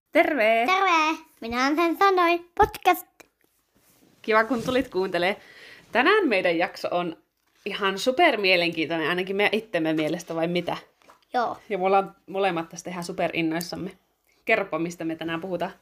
Terve! Terve! Minä sen sanoin. Podcast. Kiva, kun tulit kuuntelemaan. Tänään meidän jakso on ihan super mielenkiintoinen, ainakin meidän itsemme mielestä, vai mitä? Joo. Ja me ollaan molemmat tästä ihan super innoissamme. Kerropa, mistä me tänään puhutaan.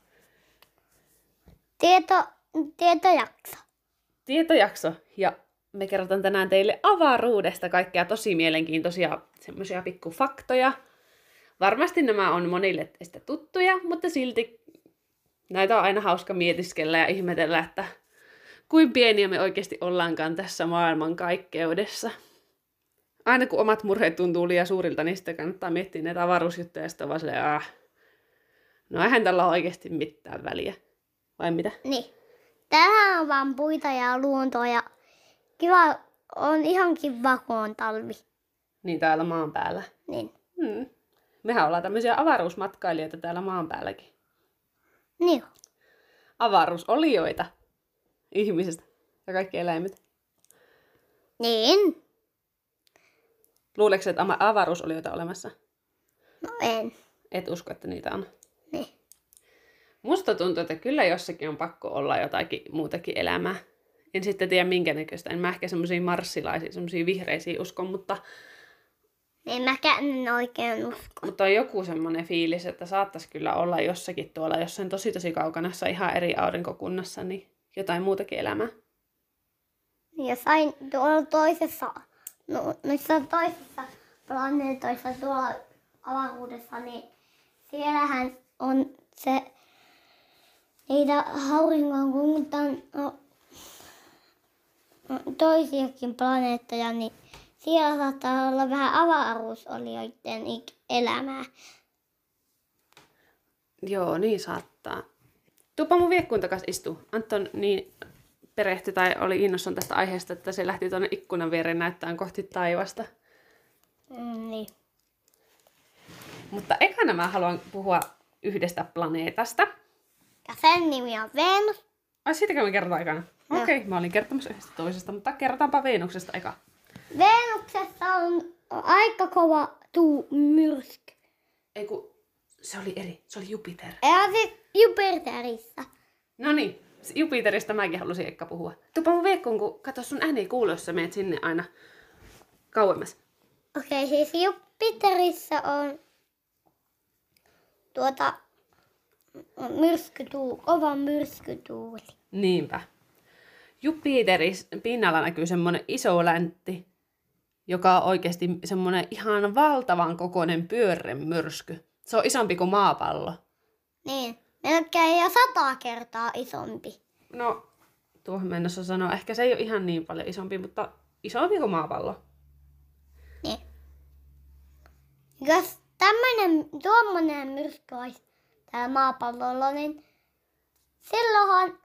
Tietojakso. Tietojakso. Ja me kerrotaan tänään teille avaruudesta kaikkea tosi mielenkiintoisia semmoisia pikkufaktoja. Varmasti nämä on monille teistä tuttuja, mutta silti näitä on aina hauska mietiskellä ja ihmetellä, että kuin pieniä me oikeasti ollaankaan tässä maailmankaikkeudessa. Aina kun omat murheet tuntuu liian suurilta, niin sitten kannattaa miettiä näitä avaruusjuttuja ja sitten vaan silleen, no eihän tällä ole oikeasti mitään väliä. Vai mitä? Niin. Täällä on vaan puita ja luontoa ja kiva, on ihan kiva, kun on talvi. Niin täällä maan päällä. Niin. Mehän ollaan tämmöisiä avaruusmatkailijoita täällä maan päälläkin. Niin. Avaruusolioita ihmisistä ja kaikki eläimet. Niin. Luuleeko, että avaruusolioita on olemassa? No en. Et usko, että niitä on. Niin. Musta tuntuu, että kyllä jossakin on pakko olla jotakin muutakin elämää. En sitten tiedä minkä näköistä. En mä ehkä semmosia marssilaisia, semmosia vihreisiä uskon, mutta En mäkään en oikein usko. Mutta on joku semmoinen fiilis, että saattaisi kyllä olla jossakin tuolla jossain tosi kaukanassa ihan eri aurinkokunnassa, niin jotain muutakin elämää. Ja sain tuolla toisessa, noissa toisissa planeetoissa tuolla avaruudessa, niin siellähän on se niitä auringonkunnan toisiakin planeettoja, niin siellä saattaa olla vähän avaruusolioiden elämää. Joo, niin saattaa. Tuupa mun viekkuun takas istuu. Anton niin perehtyi tai oli innossaan tästä aiheesta, että se lähti tuonne ikkunan viereen näyttämään kohti taivasta. Niin. Mutta ekana mä haluan puhua yhdestä planeetasta. Ja sen nimi on Venus. Ai siitäkö me kerrotaan ekana? Joo. Okei, mä olin kertomassa yhdestä toisesta, mutta kerrotaanpa Venuksesta eka. Venuksessa on aika kova myrsky. Ei kun, se oli eri, se oli Jupiter. Ja siis Jupiterissa. No niin, Jupiterista mäkin halusin ekka puhua. Tupa mun viekkuun, kun kato sun ääni ei kuulu, jos sä menet sinne aina kauemmas. Okei, siis Jupiterissa on kova myrskytuuli. Niinpä. Jupiterin pinnalla näkyy semmonen iso läntti, joka on oikeasti semmonen ihan valtavan kokoinen pyörremyrsky. Se on isompi kuin maapallo. Niin, melkein jo 100 kertaa isompi. No, tuohon mennessä sanoa, ehkä se ei ole ihan niin paljon isompi, mutta isompi kuin maapallo. Niin. Jos tuommoinen myrsky olisi täällä maapallolla, niin silloinhan...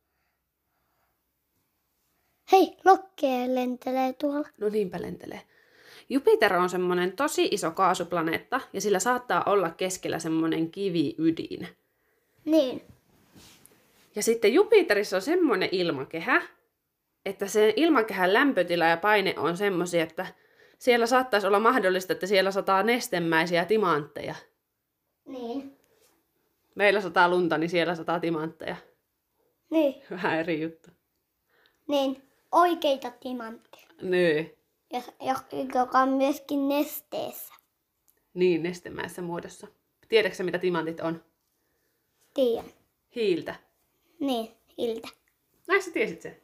Hei, lokkeen lentelee tuolla. No niinpä lentelee. Jupiter on semmoinen tosi iso kaasuplaneetta, ja sillä saattaa olla keskellä semmoinen kiviydin. Niin. Ja sitten Jupiterissa on semmoinen ilmakehä, että sen ilmakehän lämpötila ja paine on semmoisia, että siellä saattaisi olla mahdollista, että siellä sataa nestemäisiä timantteja. Niin. Meillä sataa lunta, niin siellä sataa timantteja. Niin. Vähän eri juttu. Niin. Oikeita timantteja. Niin. Joka on myöskin nesteessä. Niin, nestemäisessä muodossa. Tiedätkö sä, mitä timantit on? Tiedän. Hiiltä. Niin, hiltä. Ai sä tiesit sen?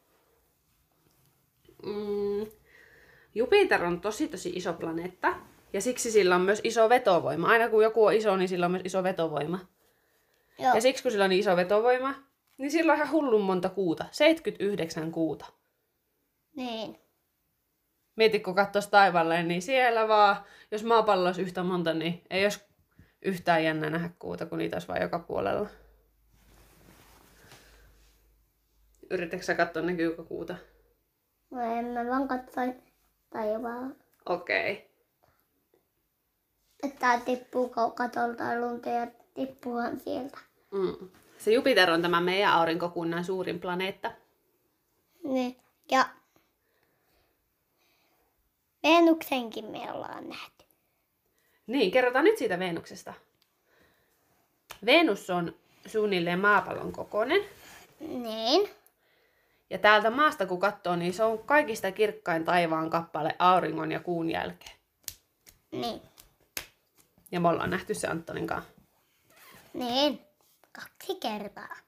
Jupiter on tosi iso planeetta. Ja siksi sillä on myös iso vetovoima. Aina kun joku on iso, niin sillä on myös iso vetovoima. Joo. Ja siksi kun sillä on niin iso vetovoima, niin sillä on ihan hullun monta kuuta. 79 kuuta. Niin. Mieti, kun katsoisi taivaalle, niin siellä vaan, jos maapallo olisi yhtä monta, niin ei olisi yhtään jännä nähdä kuuta, kun niitä olisi vaan joka puolella. Yritätkö sä katsoa, näkyykö kuuta? No en mä vaan katsoin taivaalla. Okei. Että tippuu katolta lunta ja tippuuhan sieltä. Se Jupiter on tämä meidän aurinkokunnan suurin planeetta. Niin. Ja Venuksenkin me ollaan nähty. Niin, kerrotaan nyt siitä Venuksesta. Venus on suunnilleen maapallon kokoinen. Niin. Ja täältä maasta kun katsoo, niin se on kaikista kirkkain taivaan kappale auringon ja kuun jälkeen. Niin. Ja me ollaan nähty se Antonin kanssa. Niin. 2 kertaa.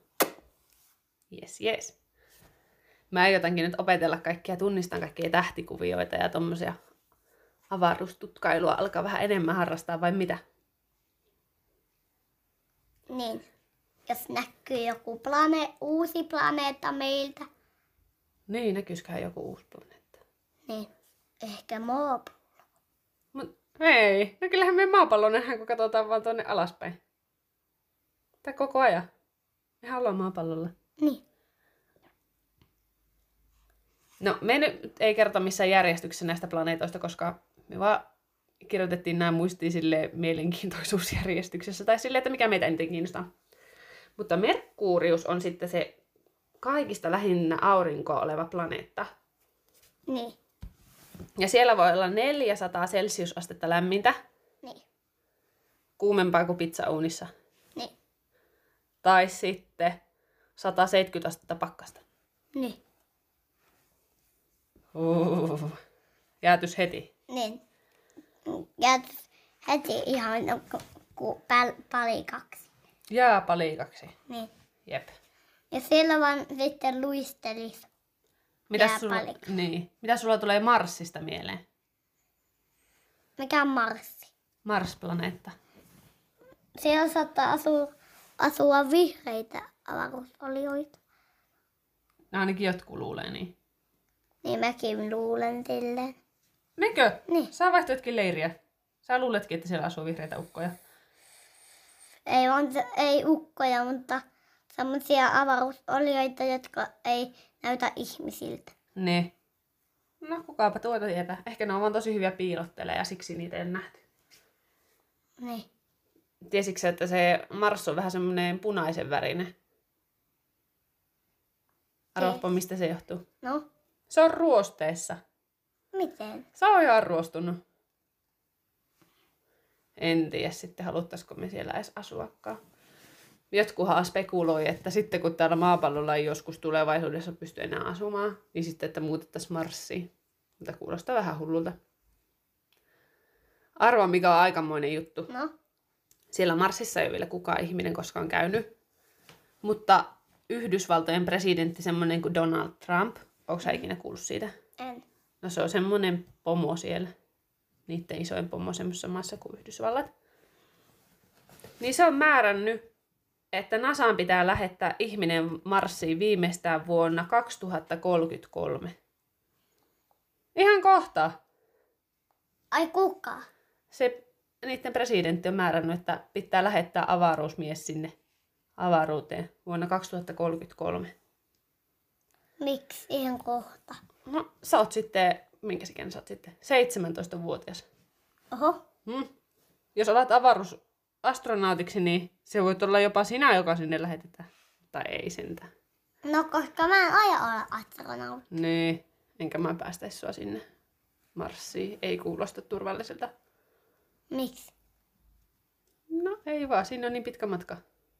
Jes. Mä jotenkin nyt opetella kaikkia, tunnistan kaikkia tähtikuvioita ja tommosia avaruustutkailua alkaa vähän enemmän harrastaa, vai mitä? Niin. Jos näkyy joku uusi planeetta meiltä, Niin, näkyisiköhän joku uusi planeetta. niin ehkä maapallo. Mut ei, no kyllähän me maapallo nähdään, kun katsotaan vaan tuonne alaspäin. Tai koko ajan. Mehän ollaan maapallolla. Niin. No, me nyt ei kerrota missään järjestyksessä näistä planeetoista, koska me vaan kirjoitettiin nämä muistiin silleen mielenkiintoisuusjärjestyksessä. Tai silleen, että mikä meitä eniten kiinnostaa. Mutta Merkurius on sitten se kaikista lähinnä aurinkoa oleva planeetta. Niin. Ja siellä voi olla 400 celsiusastetta lämmintä, Niin. kuumempaa kuin pizzauunissa. Niin. Tai sitten 170 astetta pakkasta. Niin. Jäätys heti. Niin. Ja heti ihan palikaksi. Jää paliikaksi. Niin. Jep. Ja siellä vaan sitten luistelisi. Mitäs sulla tulee Marsista mieleen? Mikä on Marssi? Mars-planeetta. Siellä saattaa asua vihreitä avaruusolioita. No ainakin jotkut luulee niin. Niin mäkin luulen silleen. Nekö? Niin. Sä vaihtoitkin leiriä. Sä luuletkin, että siellä asuu vihreitä ukkoja. Ei ukkoja, mutta semmoisia avaruusolioita, jotka ei näytä ihmisiltä. Ne. No kukaapa tuota tietää. Ehkä ne on vaan tosi hyviä piilottelemaan ja siksi niitä ei nähty. Niin. Tiesitkö sä, että se Mars on vähän semmoinen punaisen värinen? Arvaappa, mistä se johtuu. No, Se on ruosteessa. miten? Se on ihan ruostunut. En tiedä sitten, haluttaisiko me siellä edes asuakaan. Jotkuhan spekuloi, että sitten kun täällä maapallolla ei joskus tulevaisuudessa pysty enää asumaan, niin sitten, että muutettaisiin Marsiin. Mutta kuulostaa vähän hullulta. Arvaa, mikä on aikamoinen juttu. No, Siellä Marsissa ei ole vielä kukaan ihminen koskaan käynyt. Mutta Yhdysvaltojen presidentti, semmoinen kuin Donald Trump, onko sä ikinä kuullut siitä? en. No se on semmoinen pomo siellä. Niiden isoin pomo semmoisessa maassa kuin Yhdysvallat. Niin se on määrännyt, että NASAn pitää lähettää ihminen Marsiin viimeistään vuonna 2033. Ihan kohta. Ai kuka? Niiden presidentti on määrännyt, että pitää lähettää avaruusmies sinne avaruuteen vuonna 2033. Miksi ihan kohta? No, sä oot sitten, minkä ikäinen sä oot sitten? 17-vuotias. Oho, Jos alat avaruusastronautiksi, niin se voi olla jopa sinä, joka sinne lähetetään. Tai ei sentään. no koska mä en aja olla astronautti. Niin, enkä mä päästäisi sua sinne Marsiin. Ei kuulosta turvalliselta. Miksi? No ei vaan, siinä on niin pitkä matka.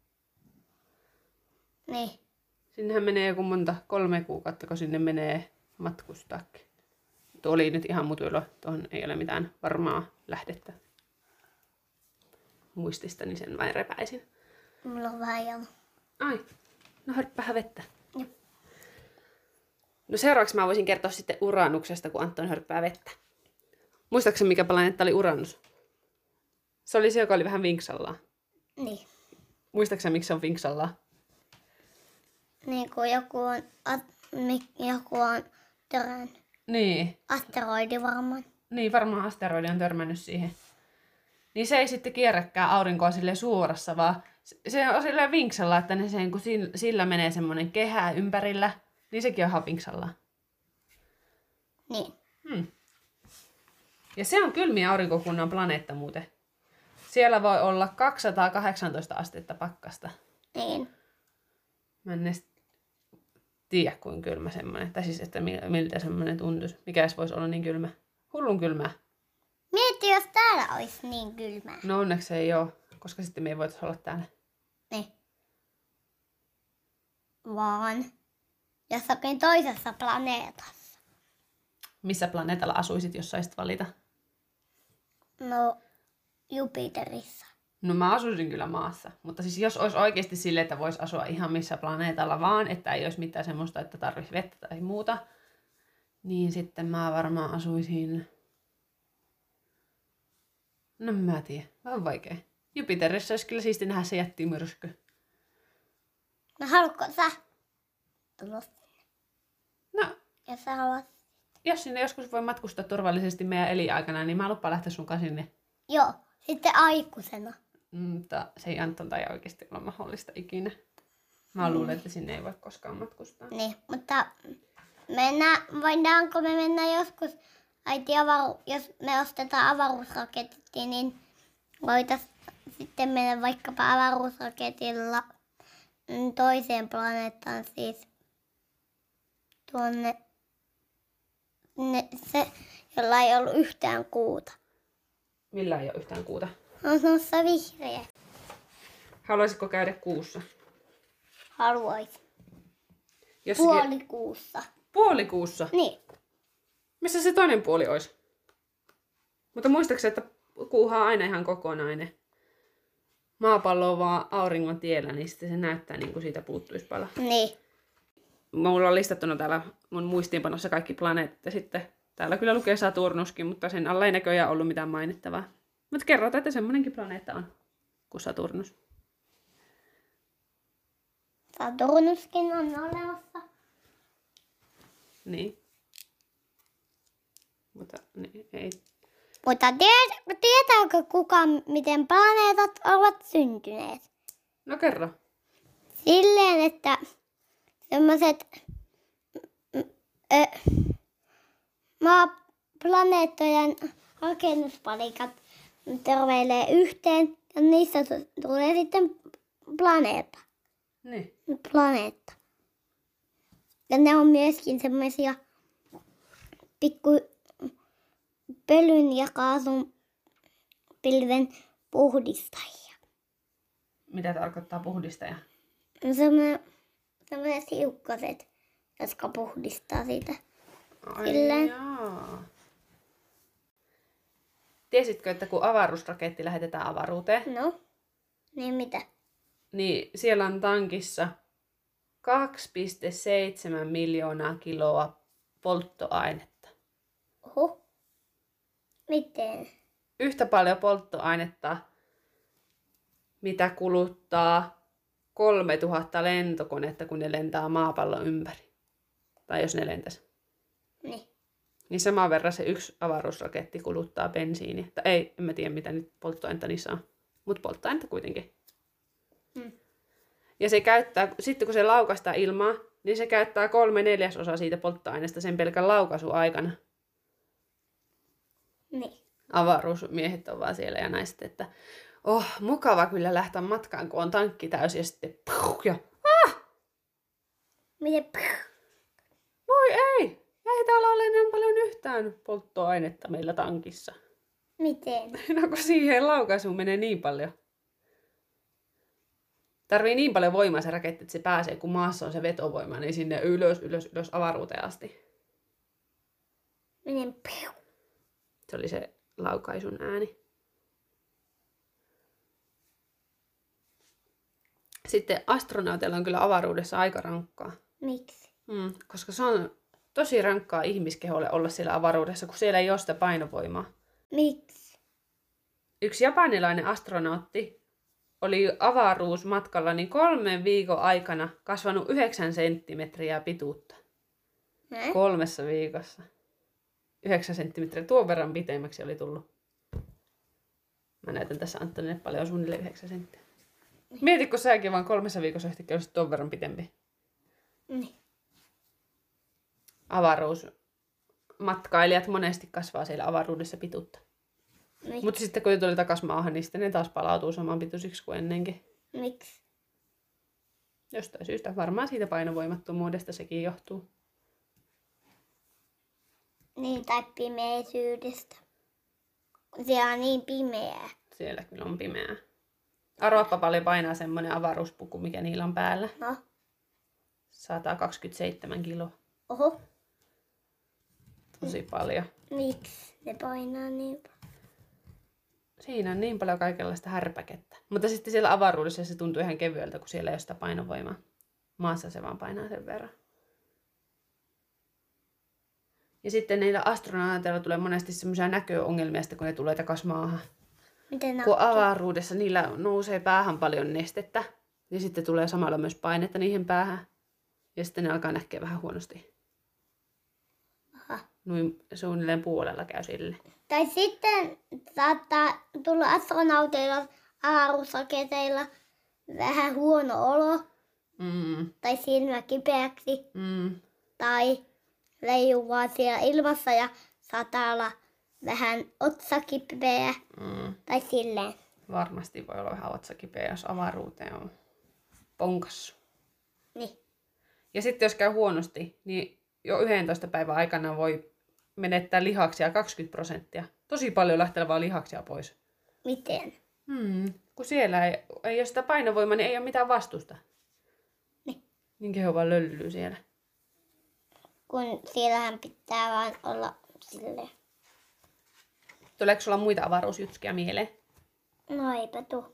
Niin. Sinnehän menee joku 3 kuukautta, kun sinne menee matkustaakin. Tuo oli nyt ihan mutuilla. Tuohon ei ole mitään varmaa lähdettä. Muististani sen vain repäisin. Mulla on vähän jano. Ai, no hörppähän vettä. Joo. No seuraavaksi mä voisin kertoa sitten Uranuksesta, kun Anton hörppää vettä. Muistaakseni mikä planeetta oli Uranus? Se oli se, joka oli vähän vinksallaan. Niin. Muistaakseni miksi se on vinksallaan? Niin kuin joku on törännyt. Niin. Asteroidi varmaan. Niin, varmaan asteroidi on törmännyt siihen. Niin se ei sitten kierräkään aurinkoa sille suorassa, vaan se on silleen vinksalla, että ne sen, kun sillä menee semmoinen kehä ympärillä, niin sekin on ihan vinksallaan. Niin. Ja se on kylmiä aurinkokunnan planeetta muuten. Siellä voi olla 218 astetta pakkasta. Niin. Mä en edes tiedä, kuinka kylmä semmoinen. Tai siis, että miltä semmoinen tuntuisi. Mikä edes voisi olla niin kylmä? Hullun kylmää. Mieti, jos täällä olisi niin kylmää. No onneksi ei oo. koska sitten me ei voitaisiin olla täällä. Niin. Vaan jossakin toisessa planeetassa. Missä planeetalla asuisit, jos saisit valita? No, Jupiterissa. No mä asuisin kyllä maassa, mutta siis jos olisi oikeasti sille, että voisi asua ihan missä planeetalla vaan, että ei olisi mitään semmoista, että tarvitsisi vettä tai muuta, niin sitten mä varmaan asuisin... No mä en tiedä, vähän vaikea. Jupiterissa olisi kyllä siisti nähdä se jättimyrsky. No haluatko sä tulla? No, Jos sä haluat. jos sinne joskus voi matkustaa turvallisesti meidän elinaikana, niin mä lupaan lähteä sun kanssa sinne. Joo, sitten aikuisena. Mutta se ei Anton tai oikeasti ole mahdollista ikinä. Mä luulen, että sinne ei voi koskaan matkustaa. Niin, mutta voidaanko me mennä joskus, jos me ostetaan avaruusraketti, niin voitaisiin sitten mennä vaikkapa avaruusraketilla toiseen planeettaan, siis tuonne se, jolla ei ollut yhtään kuuta. Millä ei ole yhtään kuuta. On semmoista vihreä. Haluaisitko käydä kuussa? Haluaisin. Jossakin... Puolikuussa. Puolikuussa? Niin. Missä se toinen puoli olisi? Mutta muistaakseni, että kuuhan on aina ihan kokonainen. Maapallo on vaan auringon tiellä, niin sitten se näyttää niin kuin siitä puuttuisi pala. Niin. Mulla on listattuna täällä mun muistiinpanossa kaikki planeetat ja sitten täällä kyllä lukee Saturnuskin, mutta sen alla ei näköjään ollut mitään mainittavaa. Mutta kerrotaan, että semmoinenkin planeetta on kuin Saturnus. Saturnuskin on olemassa. Niin. Mutta niin, ei. Mutta tietääkö kukaan, miten planeetat ovat syntyneet? No kerro. Silleen, että semmoiset planeettojen rakennuspalikat törveilee yhteen ja niistä tulee sitten planeetta. Niin. Planeetta. Ja ne on myöskin semmoisia pikku pölyn ja kaasun pilven puhdistajia. Mitä tarkoittaa puhdistaja? Sellaiset hiukkaset, jotka puhdistaa siitä. Ai Silleen. jaa. Tiesitkö, että kun avaruusraketti lähetetään avaruuteen, No, niin mitä? niin siellä on tankissa 2,7 miljoonaa kiloa polttoainetta. Oho. Miten? Yhtä paljon polttoainetta, mitä kuluttaa 3000 lentokonetta, kun ne lentää maapallon ympäri. Tai jos ne lentäisi. Niin. Niin saman verran se yksi avaruusraketti kuluttaa bensiiniä. Tai ei, en mä tiedä mitä nyt polttoainetta niissä on. Mutta polttoainetta kuitenkin. Ja se käyttää, sitten kun se laukaistaan ilmaa, niin se käyttää 3/4 siitä polttoaineesta sen pelkän laukaisun aikana. Niin. Avaruusmiehet on vaan siellä ja naiset, että mukava kyllä lähteä matkaan, kun on tankki täysi ja sitten ja Miten? voi ei! Ei täällä ole enää paljon yhtään polttoainetta meillä tankissa. Miten? No kun siihen laukaisuun menee niin paljon. Tarvii niin paljon voimaa se raketti, että se pääsee, kun maassa on se vetovoima, niin sinne ylös avaruuteen asti. Miten? Se oli se laukaisun ääni. Sitten astronauteilla on kyllä avaruudessa aika rankkaa. Miksi? Koska se on tosi rankkaa ihmiskeholle olla siellä avaruudessa, kun siellä ei ole sitä painovoimaa. Miksi? Yksi japanilainen astronautti oli avaruusmatkalla niin 3 viikon aikana kasvanut 9 senttimetriä pituutta. 3 viikossa. 9 senttimetriä. Tuon verran pitemmäksi oli tullut. Mä näytän tässä Antonille paljon suunnilleen 9 senttiä. Mieti, kun säkin vaan 3 viikossa yhtäkkiä olisit tuon verran pitempi. Niin. Avaruusmatkailijat monesti kasvaa siellä avaruudessa pituutta. Miksi? Mutta sitten kun tuli takas maahan, niin sitten ne taas palautuu saman pituisiksi kuin ennenkin. Miksi? Jostain syystä. Varmaan siitä painovoimattomuudesta sekin johtuu. Niin, tai pimeisyydestä. Siellä on niin pimeää. Siellä kyllä on pimeää. Arvaappa paljon painaa semmonen avaruuspuku, mikä niillä on päällä. No. 127 kiloa. Oho. Tosi paljon. Miksi ne painaa niin paljon? Siinä on niin paljon kaikenlaista härpäkettä. Mutta sitten siellä avaruudessa se tuntuu ihan kevyeltä, kun siellä ei ole sitä painovoimaa. Maassa se vaan painaa sen verran. Ja sitten niillä astronauteilla tulee monesti semmoisia näköongelmia, kun ne tulee takaisin maahan. Miten Kun avaruudessa niillä nousee päähän paljon nestettä. Ja sitten tulee samalla myös painetta niihin päähän. Ja sitten ne alkaa näkeä vähän huonosti. Aha. Noin suunnilleen puolella käy sille. Tai sitten saattaa tulla astronauteilla, avaruusraketeilla vähän huono olo. Tai silmä kipeäksi. Tai leijuvaa siellä ilmassa ja saattaa olla vähän otsakipeä. Tai silleen. Varmasti voi olla vähän otsakipeä, jos avaruuteen on ponkassu. Niin. Ja sitten jos käy huonosti, niin jo 11 päivän aikana voi menettää lihaksia 20%. Tosi paljon lähtee vaan lihaksia pois. Miten? Kun siellä ei ole sitä painovoimaa, niin ei ole mitään vastusta. Niin keho vaan löllyy siellä. Kun siellähän pitää vaan olla silleen. Tuleeko sulla muita avaruusjutskia mieleen? No eipä tuu.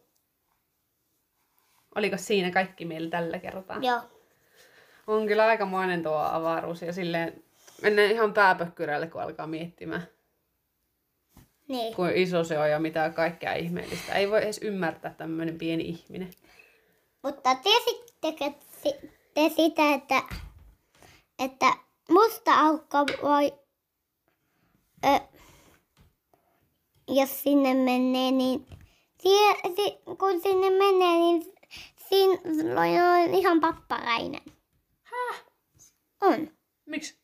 Oliko siinä kaikki meillä tällä kertaa? Joo. On kyllä aikamoinen tuo avaruus ja silleen mennään ihan pääpökkyrälle, kun alkaa miettimään. Niin. Kuin iso se on ja mitä kaikkea ihmeellistä. Ei voi edes ymmärtää tämmöinen pieni ihminen. Mutta tiesittekö te sitä, että musta aukko voi, jos sinne menee, niin kun sinne menee, niin silloin on ihan papparäinen. Häh? On. Miksi?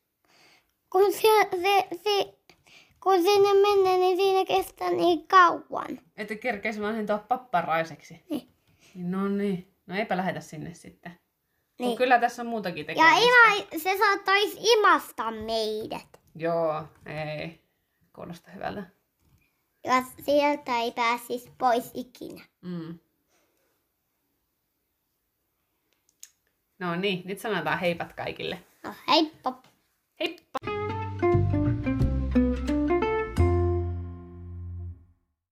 Kun sinne menee, niin siinä kestää niin kauan. Että kerkeisi vanhentua papparaiseksi. Niin. No niin. No eipä lähetä sinne sitten. Niin. Mut kyllä tässä on muutakin Ja tekemistä. se saattaisi imasta meidät. Joo, ei. Kuulostaa hyvältä. Ja sieltä ei pääsisi pois ikinä. No niin, nyt sanotaan heipat kaikille. No heippa.